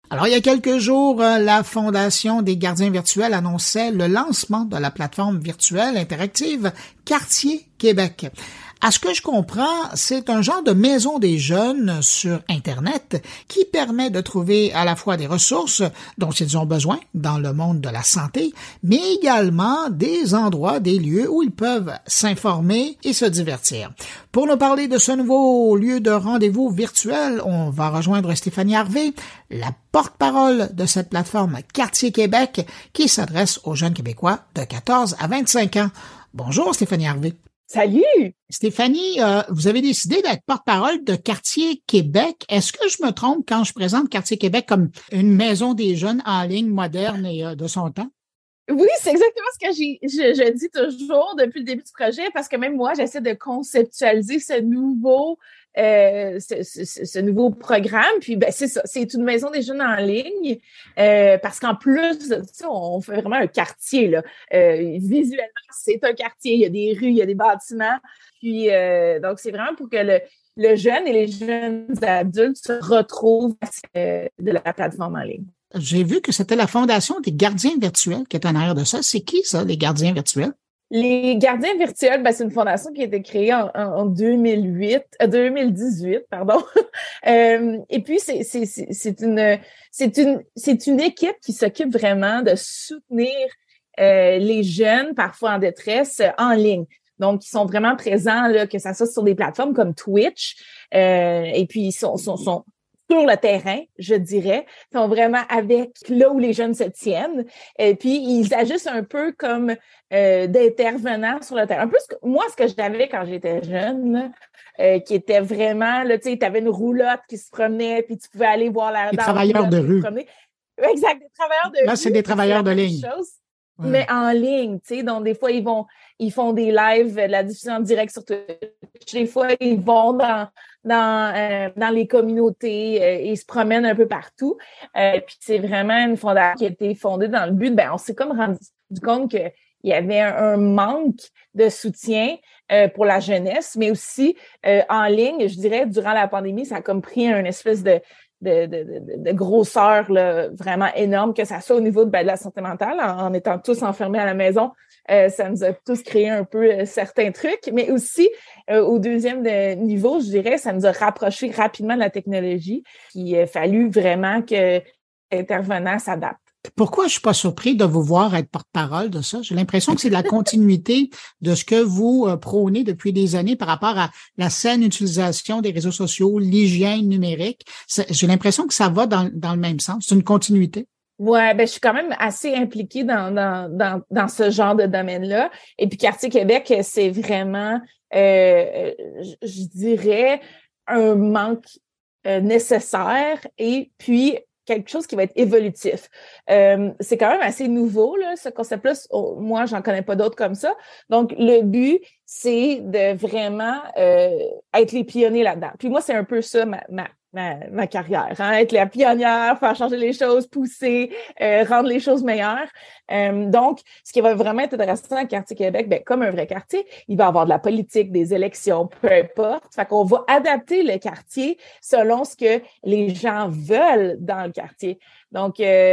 Alors, il y a quelques jours, la Fondation des gardiens virtuels annonçait le lancement de la plateforme virtuelle interactive Quartier Québec. À ce que je comprends, c'est un genre de maison des jeunes sur Internet qui permet de trouver à la fois des ressources dont ils ont besoin dans le monde de la santé, mais également des endroits, des lieux où ils peuvent s'informer et se divertir. Pour nous parler de ce nouveau lieu de rendez-vous virtuel, on va rejoindre Stéphanie Harvey, la porte-parole de cette plateforme Quartier Québec qui s'adresse aux jeunes Québécois de 14 à 25 ans. Bonjour Stéphanie Harvey. Salut! Stéphanie, vous avez décidé d'être porte-parole de Quartier Québec. Est-ce que je me trompe quand je présente Quartier Québec comme une maison des jeunes en ligne moderne et de son temps? Oui, c'est exactement ce que je dis toujours depuis le début du projet, parce que même moi, j'essaie de conceptualiser ce nouveau programme. Puis ben c'est ça, c'est une maison des jeunes en ligne, parce qu'en plus de ça, on fait vraiment un quartier là. Visuellement, c'est un quartier. Il y a des rues, il y a des bâtiments. Puis donc c'est vraiment pour que le jeune et les jeunes adultes se retrouvent de la plateforme en ligne. J'ai vu que c'était la Fondation des gardiens virtuels qui est en arrière de ça. C'est qui ça, les gardiens virtuels? Les gardiens virtuels, ben, c'est une fondation qui a été créée en 2018, pardon. Et puis c'est une équipe qui s'occupe vraiment de soutenir les jeunes, parfois en détresse, en ligne. Donc, ils sont vraiment présents, là, que ça soit sur des plateformes comme Twitch, et puis ils sont sur le terrain, je dirais, sont vraiment avec là où les jeunes se tiennent. Et puis, ils agissent un peu comme d'intervenants sur le terrain. Un peu ce que j'avais quand j'étais jeune, qui était vraiment, là, tu sais, t'avais une roulotte qui se promenait, puis tu pouvais aller voir la... Les travailleurs de rue. Exact, des travailleurs de rue. Là, c'est des travailleurs de ligne. Ouais. Mais en ligne, tu sais, donc des fois, ils font des lives, la diffusion en direct sur Twitch. Des fois, ils vont dans les communautés, ils se promènent un peu partout. Puis c'est vraiment une fondation qui a été fondée dans le but, on s'est comme rendu compte qu'il y avait un manque de soutien pour la jeunesse, mais aussi en ligne, je dirais, durant la pandémie, ça a comme pris une espèce de grosseur là, vraiment énorme, que ça soit au niveau de la santé mentale, en étant tous enfermés à la maison. Ça nous a tous créé un peu certains trucs, mais aussi au deuxième niveau, je dirais, ça nous a rapprochés rapidement de la technologie. Il a fallu vraiment que l'intervenant s'adapte. Pourquoi je suis pas surpris de vous voir être porte-parole de ça? J'ai l'impression que c'est de la continuité de ce que vous prônez depuis des années par rapport à la saine utilisation des réseaux sociaux, l'hygiène numérique. J'ai l'impression que ça va dans le même sens. C'est une continuité. Ouais, je suis quand même assez impliquée dans ce genre de domaine-là. Et puis Quartier Québec, c'est vraiment, je dirais, un manque nécessaire et puis quelque chose qui va être évolutif. C'est quand même assez nouveau, là, ce concept-là. Moi, j'en connais pas d'autres comme ça. Donc, le but, c'est de vraiment être les pionniers là-dedans. Puis moi, c'est un peu ça, ma carrière, hein? Être la pionnière, faire changer les choses, pousser, rendre les choses meilleures. Donc, ce qui va vraiment être intéressant à Quartier Québec, comme un vrai quartier, il va y avoir de la politique, des élections, peu importe. Fait qu'on va adapter le quartier selon ce que les gens veulent dans le quartier. Donc,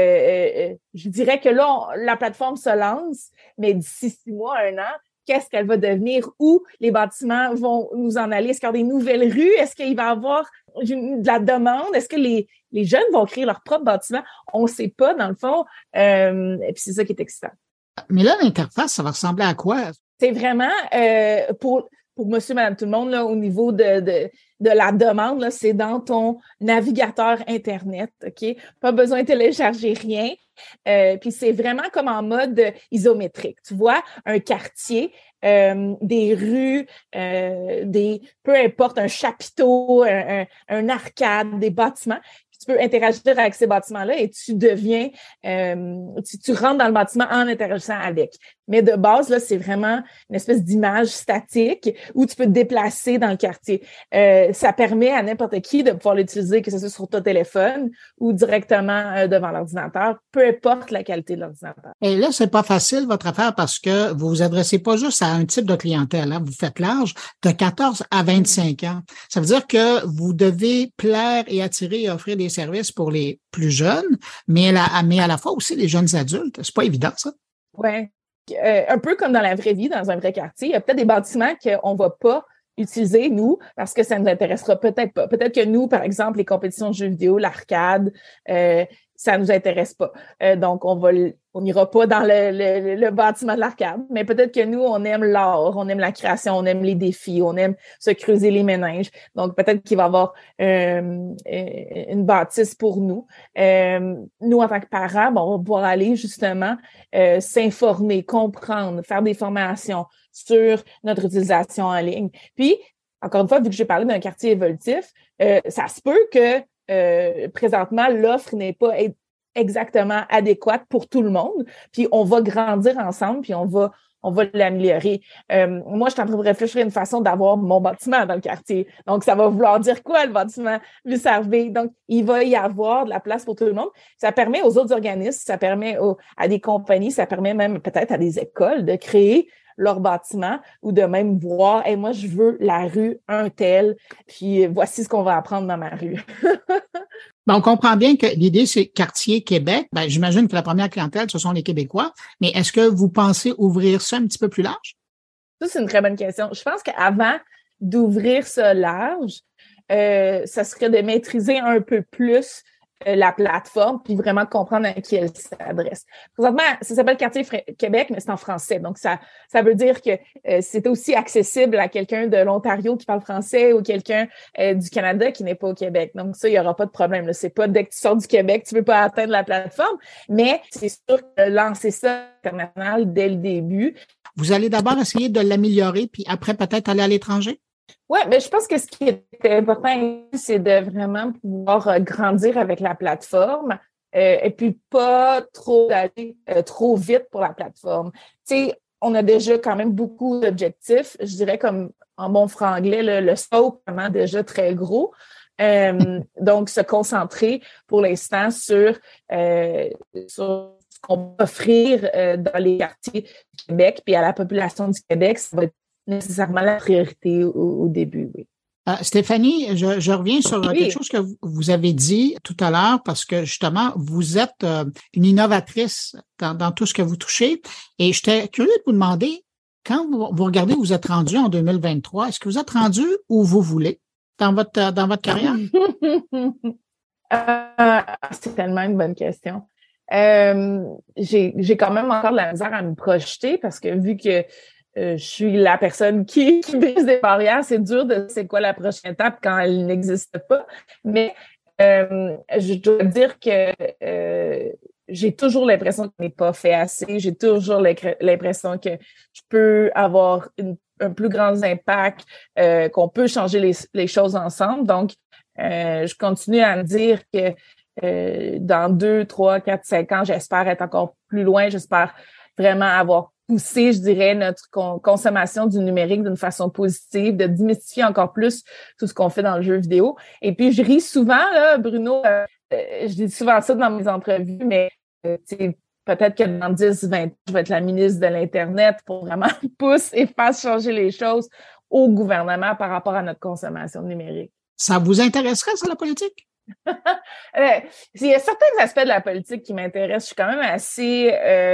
je dirais que là, la plateforme se lance, mais d'ici 6 mois, 1 an, qu'est-ce qu'elle va devenir, où les bâtiments vont nous en aller, est-ce qu'il y a des nouvelles rues, est-ce qu'il va y avoir de la demande, est-ce que les jeunes vont créer leur propre bâtiment, on ne sait pas dans le fond, et puis c'est ça qui est excitant. Mais là, l'interface, ça va ressembler à quoi? C'est vraiment pour monsieur, madame, tout le monde, là, au niveau de la demande, là, c'est dans ton navigateur Internet, OK? Pas besoin de télécharger rien. Puis c'est vraiment comme en mode isométrique. Tu vois, un quartier, des rues, peu importe, un chapiteau, un arcade, des bâtiments. Tu peux interagir avec ces bâtiments-là et tu deviens, tu rentres dans le bâtiment en interagissant avec. Mais de base, là, c'est vraiment une espèce d'image statique où tu peux te déplacer dans le quartier. Ça permet à n'importe qui de pouvoir l'utiliser, que ce soit sur ton téléphone ou directement devant l'ordinateur, peu importe la qualité de l'ordinateur. Et là, c'est pas facile, votre affaire, parce que vous vous adressez pas juste à un type de clientèle, hein. Vous faites large de 14 à 25 ans. Ça veut dire que vous devez plaire et attirer et offrir des services pour les plus jeunes, mais à la fois aussi les jeunes adultes. C'est pas évident, ça? Ouais. Un peu comme dans la vraie vie, dans un vrai quartier, il y a peut-être des bâtiments qu'on ne va pas utiliser, nous, parce que ça ne nous intéressera peut-être pas. Peut-être que nous, par exemple, les compétitions de jeux vidéo, l'arcade, ça nous intéresse pas. Donc, on n'ira pas dans le bâtiment de l'arcade, mais peut-être que nous, on aime l'art, on aime la création, on aime les défis, on aime se creuser les méninges. Donc, peut-être qu'il va y avoir une bâtisse pour nous. Nous, en tant que parents, on va pouvoir aller justement s'informer, comprendre, faire des formations sur notre utilisation en ligne. Puis, encore une fois, vu que j'ai parlé d'un quartier évolutif, ça se peut que présentement, l'offre n'est pas exactement adéquate pour tout le monde. Puis on va grandir ensemble, puis on va l'améliorer. Moi, je suis en train de réfléchir à une façon d'avoir mon bâtiment dans le quartier. Donc, ça va vouloir dire quoi, le bâtiment Luce-Harvey? Donc, il va y avoir de la place pour tout le monde. Ça permet aux autres organismes, ça permet à des compagnies, ça permet même peut-être à des écoles de créer leur bâtiment ou de même voir, hey, moi, je veux la rue un tel, puis voici ce qu'on va apprendre dans ma rue. On comprend bien que l'idée, c'est quartier Québec. J'imagine que la première clientèle, ce sont les Québécois, mais est-ce que vous pensez ouvrir ça un petit peu plus large? Ça, c'est une très bonne question. Je pense qu'avant d'ouvrir ça large, ça serait de maîtriser un peu plus la plateforme, puis vraiment comprendre à qui elle s'adresse. Présentement, ça s'appelle Quartier Québec, mais c'est en français. Donc, ça veut dire que c'est aussi accessible à quelqu'un de l'Ontario qui parle français ou quelqu'un du Canada qui n'est pas au Québec. Donc, ça, il n'y aura pas de problème. Là. C'est pas dès que tu sors du Québec, tu ne peux pas atteindre la plateforme, mais c'est sûr que lancer ça international dès le début. Vous allez d'abord essayer de l'améliorer, puis après, peut-être aller à l'étranger? Oui, mais je pense que ce qui est important, c'est de vraiment pouvoir grandir avec la plateforme et puis pas trop d'aller trop vite pour la plateforme. Tu sais, on a déjà quand même beaucoup d'objectifs. Je dirais comme en bon franglais, le scope est vraiment déjà très gros. Donc, se concentrer pour l'instant sur ce qu'on peut offrir dans les quartiers du Québec puis à la population du Québec, ça va être nécessairement la priorité au début, oui. Stéphanie, je reviens sur quelque chose que vous avez dit tout à l'heure parce que justement, vous êtes une innovatrice dans tout ce que vous touchez et j'étais curieux de vous demander, quand vous regardez où vous êtes rendu en 2023, est-ce que vous êtes rendu où vous voulez dans votre carrière? C'est tellement une bonne question. J'ai quand même encore de la misère à me projeter parce que vu que je suis la personne qui brise des barrières. C'est dur de c'est quoi la prochaine étape quand elle n'existe pas. Mais je dois dire que j'ai toujours l'impression que je n'ai pas fait assez. J'ai toujours l'impression que je peux avoir un plus grand impact, qu'on peut changer les choses ensemble. Donc, je continue à me dire que dans 2, 3, 4, 5 ans, j'espère être encore plus loin. J'espère vraiment avoir pousser, je dirais, notre consommation du numérique d'une façon positive, de démystifier encore plus tout ce qu'on fait dans le jeu vidéo. Et puis, je ris souvent, là, Bruno, je dis souvent ça dans mes entrevues, mais peut-être que dans 10, 20 ans, je vais être la ministre de l'Internet pour vraiment pousser et faire changer les choses au gouvernement par rapport à notre consommation numérique. Ça vous intéresserait, ça, la politique? Il y a certains aspects de la politique qui m'intéressent. Je suis quand même assez...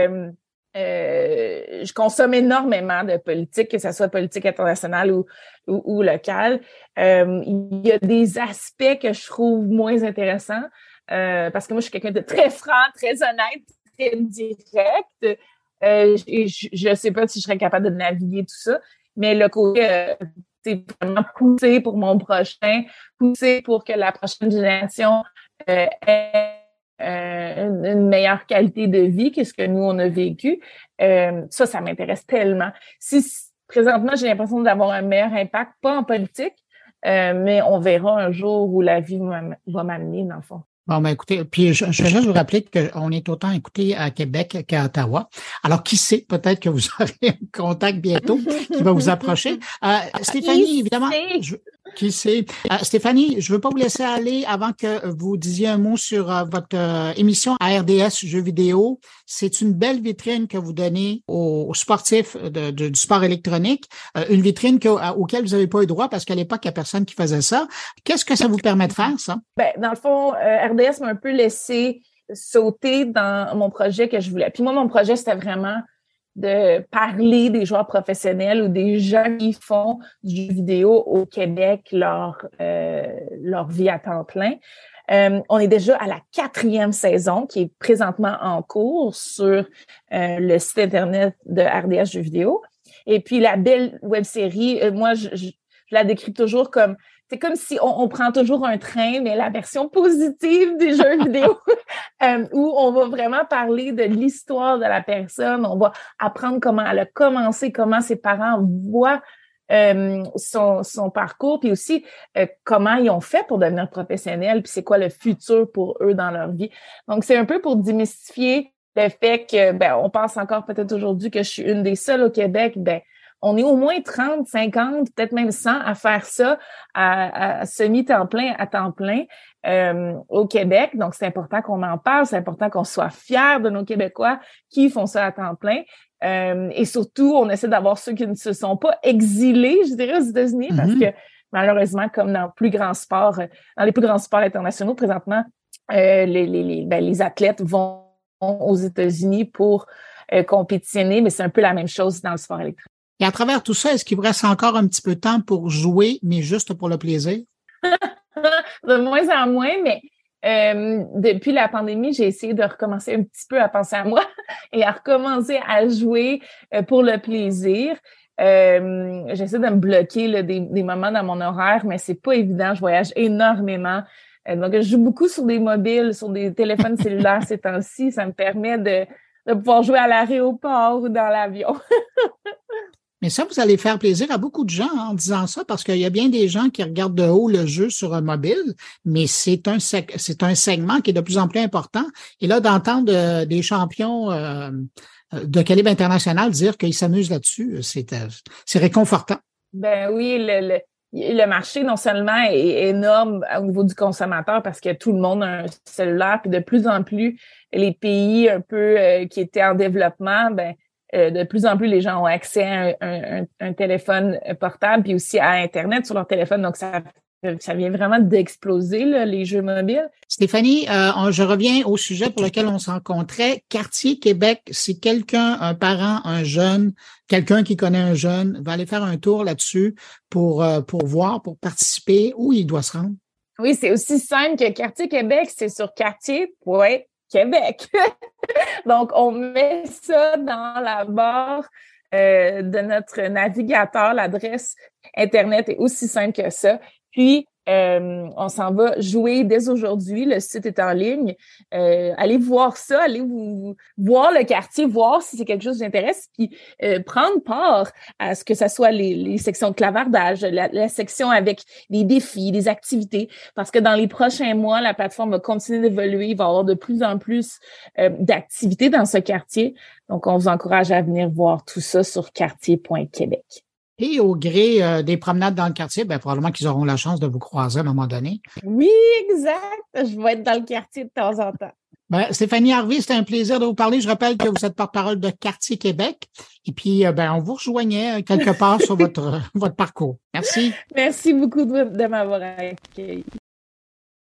je consomme énormément de politique, que ce soit politique internationale ou locale. Il y a des aspects que je trouve moins intéressants parce que moi, je suis quelqu'un de très franc, très honnête, très direct. Je ne sais pas si je serais capable de naviguer tout ça, mais le côté, c'est vraiment pousser pour mon prochain, pousser pour que la prochaine génération ait une meilleure qualité de vie que ce que nous, on a vécu. Ça m'intéresse tellement. Si présentement, j'ai l'impression d'avoir un meilleur impact, pas en politique, mais on verra un jour où la vie va m'amener, dans le fond. Bon, ben écoutez, puis je vais juste vous rappeler qu'on est autant écouté à Québec qu'à Ottawa. Alors, qui sait, peut-être que vous aurez un contact bientôt qui va vous approcher. Stéphanie, évidemment, qui sait. Stéphanie, je veux pas vous laisser aller avant que vous disiez un mot sur votre émission à RDS Jeux vidéo. C'est une belle vitrine que vous donnez aux sportifs du sport électronique, une vitrine auquel vous n'avez pas eu droit parce qu'à l'époque, il n'y a personne qui faisait ça. Qu'est-ce que ça vous permet de faire, ça? Ben, dans le fond, RDS m'a un peu laissé sauter dans mon projet que je voulais. Puis moi, mon projet, c'était vraiment de parler des joueurs professionnels ou des gens qui font du jeu vidéo au Québec, leur vie à temps plein. On est déjà à la 4e saison qui est présentement en cours sur le site Internet de RDS Jeux vidéo. Et puis, la belle web-série, moi, je la décris toujours comme c'est comme si on prend toujours un train, mais la version positive des jeux vidéo, où on va vraiment parler de l'histoire de la personne, on va apprendre comment elle a commencé, comment ses parents voient son parcours, puis aussi comment ils ont fait pour devenir professionnels, puis c'est quoi le futur pour eux dans leur vie. Donc, c'est un peu pour démystifier le fait que, on pense encore peut-être aujourd'hui que je suis une des seules au Québec, on est au moins 30, 50, peut-être même 100 à faire ça à semi-temps plein, à temps plein au Québec. Donc, c'est important qu'on en parle, c'est important qu'on soit fiers de nos Québécois qui font ça à temps plein. Et surtout, on essaie d'avoir ceux qui ne se sont pas exilés, je dirais, aux États-Unis, parce que malheureusement, comme dans les plus grands sports internationaux, présentement, les athlètes vont aux États-Unis pour compétitionner, mais c'est un peu la même chose dans le sport électrique. Et à travers tout ça, est-ce qu'il vous reste encore un petit peu de temps pour jouer, mais juste pour le plaisir? De moins en moins, mais depuis la pandémie, j'ai essayé de recommencer un petit peu à penser à moi et à recommencer à jouer pour le plaisir. J'essaie de me bloquer là, des moments dans mon horaire, mais c'est pas évident. Je voyage énormément. Donc, je joue beaucoup sur des mobiles, sur des téléphones cellulaires ces temps-ci. Ça me permet de pouvoir jouer à l'aéroport ou dans l'avion. Mais ça, vous allez faire plaisir à beaucoup de gens en disant ça, parce qu'il y a bien des gens qui regardent de haut le jeu sur un mobile, mais c'est un segment qui est de plus en plus important. Et là, d'entendre des champions de calibre international dire qu'ils s'amusent là-dessus, c'est réconfortant. Ben oui, le marché non seulement est énorme au niveau du consommateur parce que tout le monde a un cellulaire, puis de plus en plus, les pays un peu qui étaient en développement, de plus en plus, les gens ont accès à un téléphone portable puis aussi à Internet sur leur téléphone. Donc, ça vient vraiment d'exploser, là, les jeux mobiles. Stéphanie, je reviens au sujet pour lequel on se rencontrait. Quartier Québec, si quelqu'un, un parent, un jeune, quelqu'un qui connaît un jeune, va aller faire un tour là-dessus pour voir, pour participer, où il doit se rendre? Oui, c'est aussi simple que Quartier Québec, c'est sur quartier.québec. Donc, on met ça dans la barre de notre navigateur. L'adresse Internet est aussi simple que ça. Puis, on s'en va jouer dès aujourd'hui. Le site est en ligne. Allez voir ça, allez vous voir le quartier, voir si c'est quelque chose qui vous intéresse, puis prendre part à ce que ça soit les sections de clavardage, la section avec les défis, les activités, parce que dans les prochains mois, la plateforme va continuer d'évoluer. Il va y avoir de plus en plus d'activités dans ce quartier. Donc, on vous encourage à venir voir tout ça sur quartier.québec. Et au gré des promenades dans le quartier, probablement qu'ils auront la chance de vous croiser à un moment donné. Oui, exact. Je vais être dans le quartier de temps en temps. Stéphanie Harvey, c'était un plaisir de vous parler. Je rappelle que vous êtes porte-parole de Quartier Québec. Et puis, on vous rejoignait quelque part sur votre parcours. Merci. Merci beaucoup de m'avoir accueilli.